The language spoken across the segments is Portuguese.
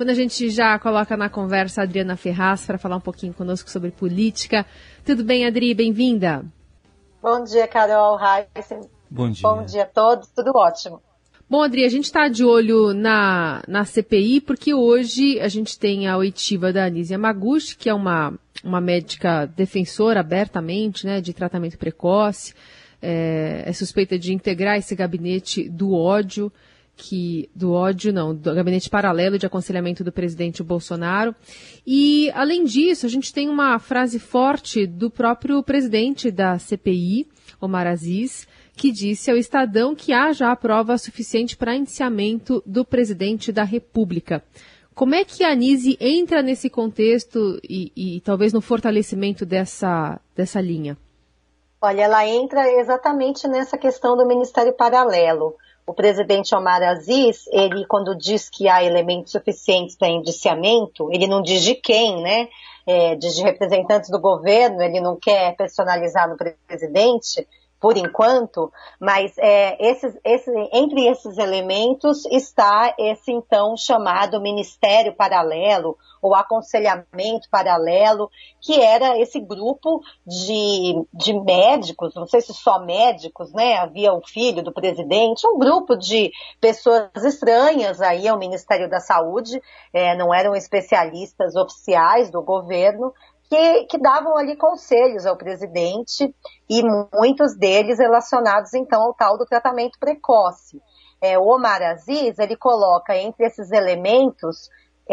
quando a gente já coloca na conversa a Adriana Ferraz para falar um pouquinho conosco sobre política. Tudo bem, Adri? Bem-vinda. Bom dia, Carol, Raíssa. Bom dia. Bom dia a todos, tudo ótimo. Bom, Adri, a gente está de olho na CPI, porque hoje a gente tem a oitiva da Anísia Yamaguchi, que é uma médica defensora abertamente, né, de tratamento precoce, é suspeita de integrar esse gabinete do gabinete paralelo de aconselhamento do presidente Bolsonaro. E, além disso, a gente tem uma frase forte do próprio presidente da CPI, Omar Aziz, que disse ao Estadão que há já prova suficiente para indiciamento do presidente da República. Como é que a Anísia entra nesse contexto e talvez no fortalecimento dessa linha? Olha, ela entra exatamente nessa questão do Ministério Paralelo. O presidente Omar Aziz, ele, quando diz que há elementos suficientes para indiciamento, ele não diz de quem, né? Diz de representantes do governo, ele não quer personalizar no presidente, por enquanto, mas entre esses elementos está esse então chamado Ministério Paralelo ou Aconselhamento Paralelo, que era esse grupo de médicos, não sei se só médicos, né? Havia o filho do presidente, um grupo de pessoas estranhas aí ao Ministério da Saúde, não eram especialistas oficiais do governo, que davam ali conselhos ao presidente e muitos deles relacionados então ao tal do tratamento precoce. O Omar Aziz, ele coloca entre esses elementos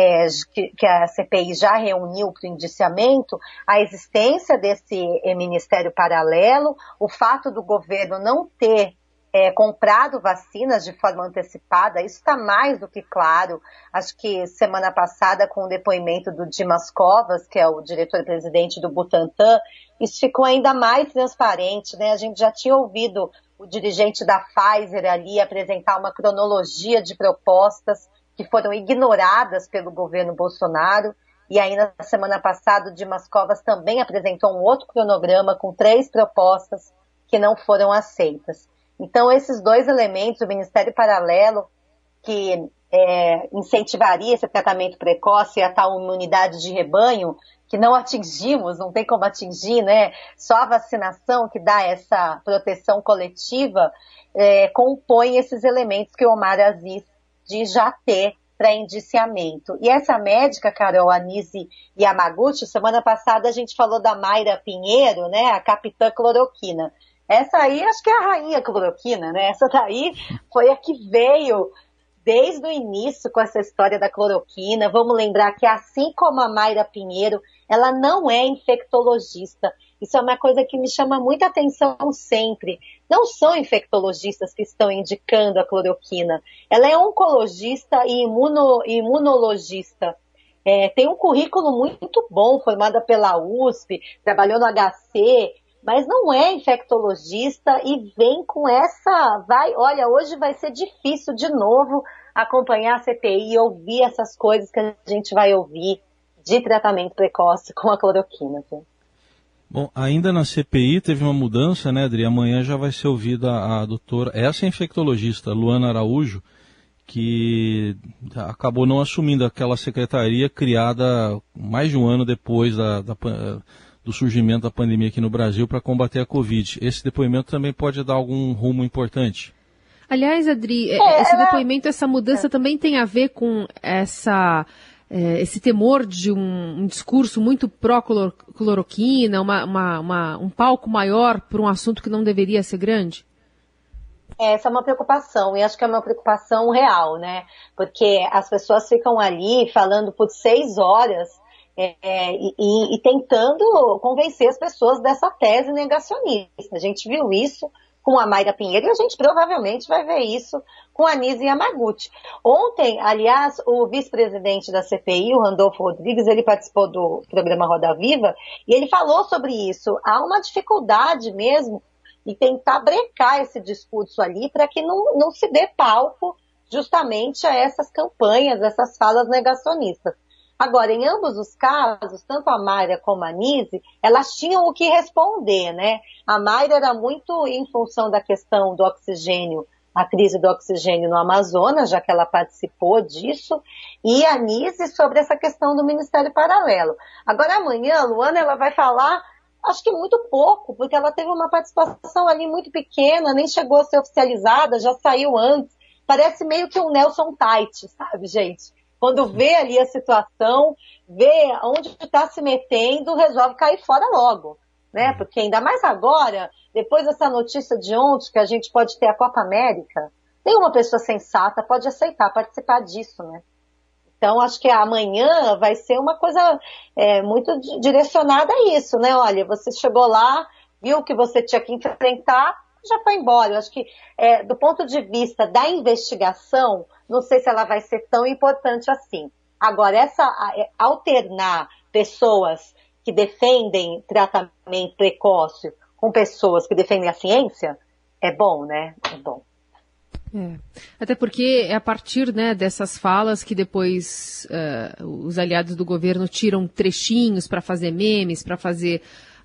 que a CPI já reuniu para o indiciamento, a existência desse Ministério Paralelo, o fato do governo não ter comprado vacinas de forma antecipada, isso está mais do que claro. Acho que semana passada, com o depoimento do Dimas Covas, que é o diretor-presidente do Butantan, isso ficou ainda mais transparente, né? A gente já tinha ouvido o dirigente da Pfizer ali apresentar uma cronologia de propostas que foram ignoradas pelo governo Bolsonaro, e aí na semana passada o Dimas Covas também apresentou um outro cronograma com 3 propostas que não foram aceitas. Então, esses 2 elementos, o Ministério Paralelo, que incentivaria esse tratamento precoce e a tal imunidade de rebanho, que não atingimos, não tem como atingir, né? Só a vacinação que dá essa proteção coletiva, compõe esses elementos que o Omar Aziz diz já ter para indiciamento. E essa médica, Carol, Anísia Yamaguchi, semana passada a gente falou da Mayra Pinheiro, né? A capitã cloroquina. Essa aí, acho que é a rainha cloroquina, né? Essa daí foi a que veio desde o início com essa história da cloroquina. Vamos lembrar que, assim como a Mayra Pinheiro, ela não é infectologista. Isso é uma coisa que me chama muita atenção sempre. Não são infectologistas que estão indicando a cloroquina. Ela é oncologista e imunologista. Tem um currículo muito bom, formada pela USP, trabalhou no HC, mas não é infectologista e vem com essa, hoje vai ser difícil de novo acompanhar a CPI e ouvir essas coisas que a gente vai ouvir de tratamento precoce com a cloroquina. Viu? Bom, ainda na CPI teve uma mudança, né, Adri? Amanhã já vai ser ouvida a doutora, essa infectologista, Luana Araújo, que acabou não assumindo aquela secretaria criada mais de um ano depois do surgimento da pandemia aqui no Brasil para combater a Covid. Esse depoimento também pode dar algum rumo importante. Aliás, Adri, esse depoimento, essa mudança também tem a ver com esse temor de um discurso muito pró-cloroquina, um palco maior para um assunto que não deveria ser grande? Essa é uma preocupação, e acho que é uma preocupação real, né? Porque as pessoas ficam ali falando por 6 horas e tentando convencer as pessoas dessa tese negacionista. A gente viu isso com a Mayra Pinheiro e a gente provavelmente vai ver isso com a Anísia Yamaguchi. Ontem, aliás, o vice-presidente da CPI, o Randolfo Rodrigues, ele participou do programa Roda Viva e ele falou sobre isso. Há uma dificuldade mesmo em tentar brecar esse discurso ali para que não se dê palco justamente a essas campanhas, essas falas negacionistas. Agora, em ambos os casos, tanto a Mayra como a Anísia, elas tinham o que responder, né? A Mayra era muito em função da questão do oxigênio a crise do oxigênio no Amazonas, já que ela participou disso, e a Nise sobre essa questão do Ministério Paralelo. Agora, amanhã, a Luana, ela vai falar, acho que muito pouco, porque ela teve uma participação ali muito pequena, nem chegou a ser oficializada, já saiu antes. Parece meio que um Nelson Tait, sabe, gente? Quando vê ali a situação, vê onde está se metendo, resolve cair fora logo, né? Porque ainda mais agora, depois dessa notícia de ontem, que a gente pode ter a Copa América, nenhuma pessoa sensata pode aceitar participar disso, né? Então, acho que amanhã vai ser uma coisa muito direcionada a isso, né? Olha, você chegou lá, viu que você tinha que enfrentar, já foi embora. Eu acho que, do ponto de vista da investigação, não sei se ela vai ser tão importante assim. Agora, alternar pessoas que defendem tratamento precoce com pessoas que defendem a ciência, é bom, né? É bom. Até porque é a partir, né, dessas falas que depois os aliados do governo tiram trechinhos para fazer memes, para fazer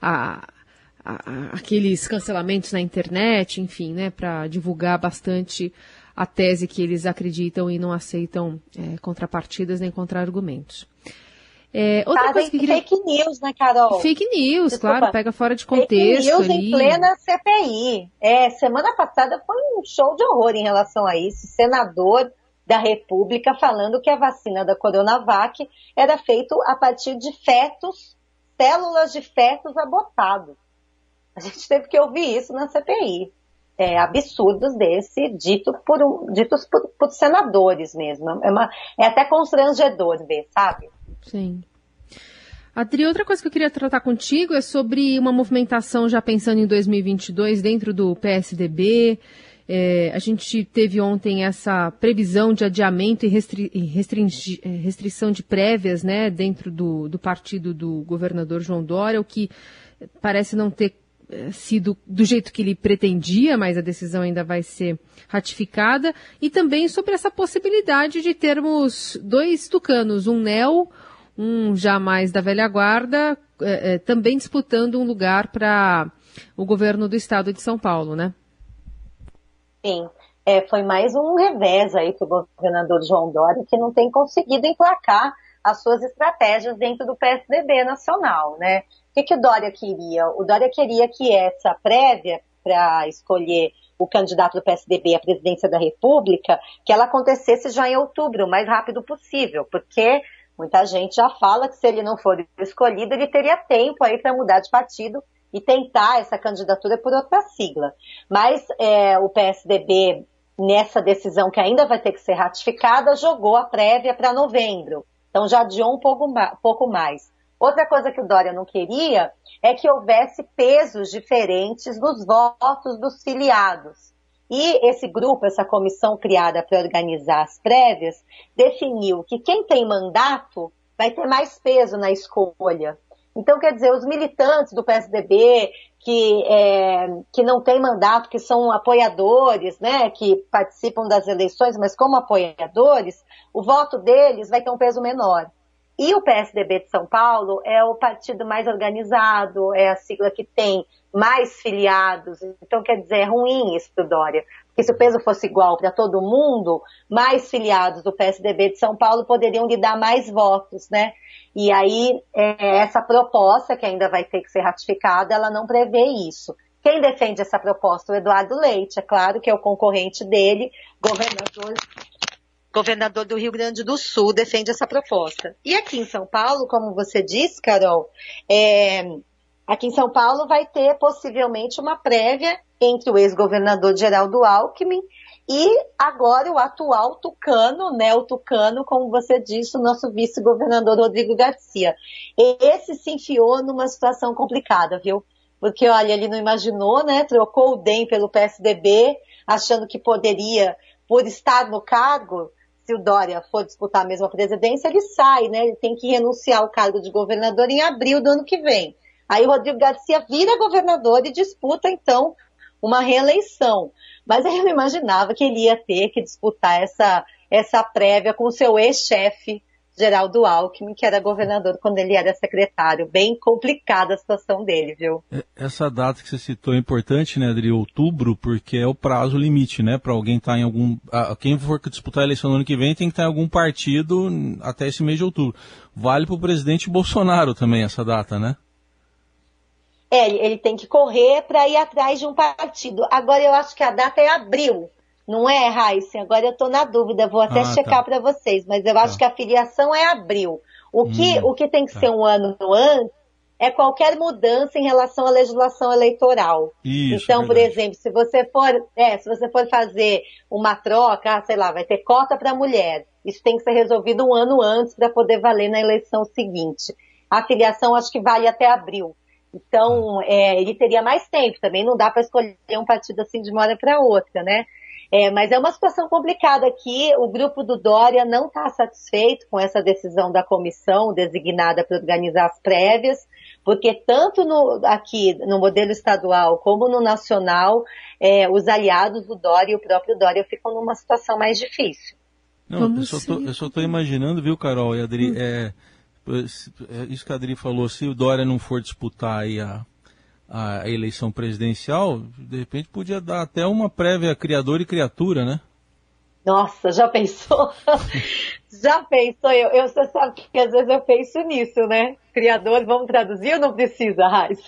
aqueles cancelamentos na internet, enfim, né, para divulgar bastante a tese que eles acreditam e não aceitam contrapartidas nem contra-argumentos. Outra coisa que queria... Fake news, né, Carol? Fake news, desculpa, claro, pega fora de contexto. Fake news ali. Em plena CPI. Semana passada foi um show de horror em relação a isso. Senador da República falando que a vacina da Coronavac era feita a partir de fetos, células de fetos abortados. A gente teve que ouvir isso na CPI. Absurdos ditos por senadores mesmo. É até constrangedor ver, sabe? Sim. Adri, outra coisa que eu queria tratar contigo é sobre uma movimentação já pensando em 2022 dentro do PSDB. A gente teve ontem essa previsão de adiamento e restrição de prévias, né, dentro do partido do governador João Dória, o que parece não ter sido do jeito que ele pretendia, mas a decisão ainda vai ser ratificada. E também sobre essa possibilidade de termos dois tucanos, um neo, um já mais da velha guarda, também disputando um lugar para o governo do estado de São Paulo, né? Sim, foi mais um revés aí para o governador João Dória, que não tem conseguido emplacar as suas estratégias dentro do PSDB nacional, né? O que o Dória queria? O Dória queria que essa prévia para escolher o candidato do PSDB à presidência da República, que ela acontecesse já em outubro, o mais rápido possível, porque muita gente já fala que se ele não for escolhido, ele teria tempo aí para mudar de partido e tentar essa candidatura por outra sigla. Mas o PSDB, nessa decisão que ainda vai ter que ser ratificada, jogou a prévia para novembro. Então já adiou um pouco mais. Outra coisa que o Dória não queria é que houvesse pesos diferentes nos votos dos filiados. E esse grupo, essa comissão criada para organizar as prévias, definiu que quem tem mandato vai ter mais peso na escolha. Então, quer dizer, os militantes do PSDB que não têm mandato, que são apoiadores, né, que participam das eleições, mas como apoiadores, o voto deles vai ter um peso menor. E o PSDB de São Paulo é o partido mais organizado, é a sigla que tem mais filiados, então quer dizer, é ruim isso para o Dória, porque se o peso fosse igual para todo mundo, mais filiados do PSDB de São Paulo poderiam lhe dar mais votos, né? E aí, essa proposta, que ainda vai ter que ser ratificada, ela não prevê isso. Quem defende essa proposta? O Eduardo Leite, é claro, que é o concorrente dele, governador do Rio Grande do Sul, defende essa proposta. E aqui em São Paulo, como você disse, Carol, aqui em São Paulo vai ter possivelmente uma prévia entre o ex-governador Geraldo Alckmin e agora o atual tucano, né, o tucano, como você disse, o nosso vice-governador Rodrigo Garcia. Esse se enfiou numa situação complicada, viu? Porque, olha, ele não imaginou, né, trocou o DEM pelo PSDB, achando que poderia, por estar no cargo, se o Dória for disputar a mesma presidência, ele sai, né, ele tem que renunciar ao cargo de governador em abril do ano que vem. Aí o Rodrigo Garcia vira governador e disputa, então, uma reeleição. Mas aí eu imaginava que ele ia ter que disputar essa prévia com o seu ex-chefe, Geraldo Alckmin, que era governador quando ele era secretário. Bem complicada a situação dele, viu? Essa data que você citou é importante, né, Adri? Outubro, porque é o prazo limite, né? Para alguém estar em algum... Quem for disputar a eleição no ano que vem tem que estar em algum partido até esse mês de outubro. Vale para o presidente Bolsonaro também essa data, né? Ele tem que correr para ir atrás de um partido. Agora eu acho que a data é abril. Não é, Raíssa? Agora eu estou na dúvida, vou até checar para vocês, mas eu acho que a filiação é abril. O que tem que ser um ano antes é qualquer mudança em relação à legislação eleitoral. Isso, então, por exemplo, se você for fazer uma troca, sei lá, vai ter cota para mulher. Isso tem que ser resolvido um ano antes para poder valer na eleição seguinte. A filiação acho que vale até abril. Então, ele teria mais tempo também, não dá para escolher um partido assim de uma hora para outra, né? Mas é uma situação complicada aqui. O grupo do Dória não está satisfeito com essa decisão da comissão designada para organizar as prévias, porque tanto aqui no modelo estadual como no nacional, os aliados do Dória e o próprio Dória ficam numa situação mais difícil. Não, eu só estou imaginando, viu, Carol e Adri, isso que a Adri falou, se o Dória não for disputar aí a eleição presidencial, de repente podia dar até uma prévia criador e criatura, né? Nossa, já pensou? Já pensou? Você sabe que às vezes eu penso nisso, né? Criador, vamos traduzir ou não precisa, Raíssa?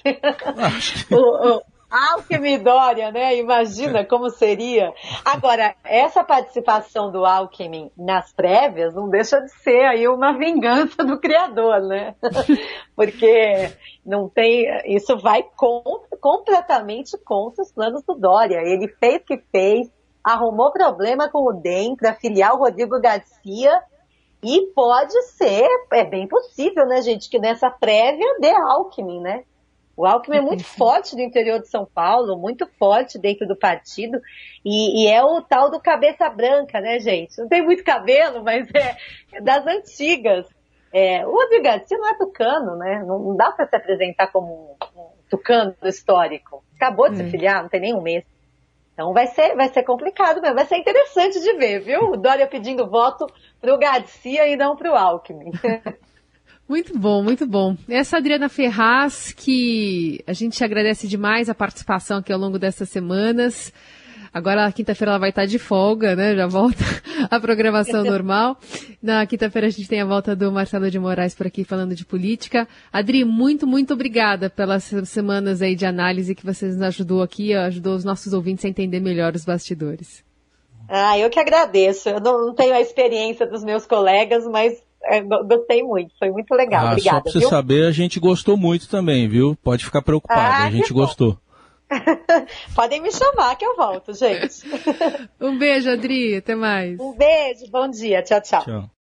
Alckmin e Dória, né? Imagina como seria. Agora, essa participação do Alckmin nas prévias não deixa de ser aí uma vingança do criador, né? Porque não tem, isso vai completamente contra os planos do Dória. Ele fez o que fez, arrumou problema com o DEM para filiar o Rodrigo Garcia e pode ser, é bem possível, né, gente, que nessa prévia dê Alckmin, né? O Alckmin é muito forte no interior de São Paulo, muito forte dentro do partido, e é o tal do cabeça branca, né, gente? Não tem muito cabelo, mas é das antigas. O Rodrigo Garcia não é tucano, né? Não dá para se apresentar como um tucano histórico. Acabou de se filiar, não tem nem um mês. Então vai ser complicado mesmo, vai ser interessante de ver, viu? O Dória pedindo voto pro Garcia e não pro Alckmin. Muito bom, muito bom. Essa Adriana Ferraz, que a gente agradece demais a participação aqui ao longo dessas semanas. Agora, quinta-feira, ela vai estar de folga, né? Já volta a programação normal. Na quinta-feira, a gente tem a volta do Marcelo de Moraes por aqui falando de política. Adri, muito, muito obrigada pelas semanas aí de análise que você nos ajudou aqui, ajudou os nossos ouvintes a entender melhor os bastidores. Eu que agradeço. Eu não tenho a experiência dos meus colegas, mas gostei muito. Foi muito legal. Obrigada. Só pra você saber, a gente gostou muito também, viu? Pode ficar preocupada, a gente gostou. Podem me chamar que eu volto, gente. Um beijo, Adri. Até mais. Um beijo, bom dia. Tchau, tchau.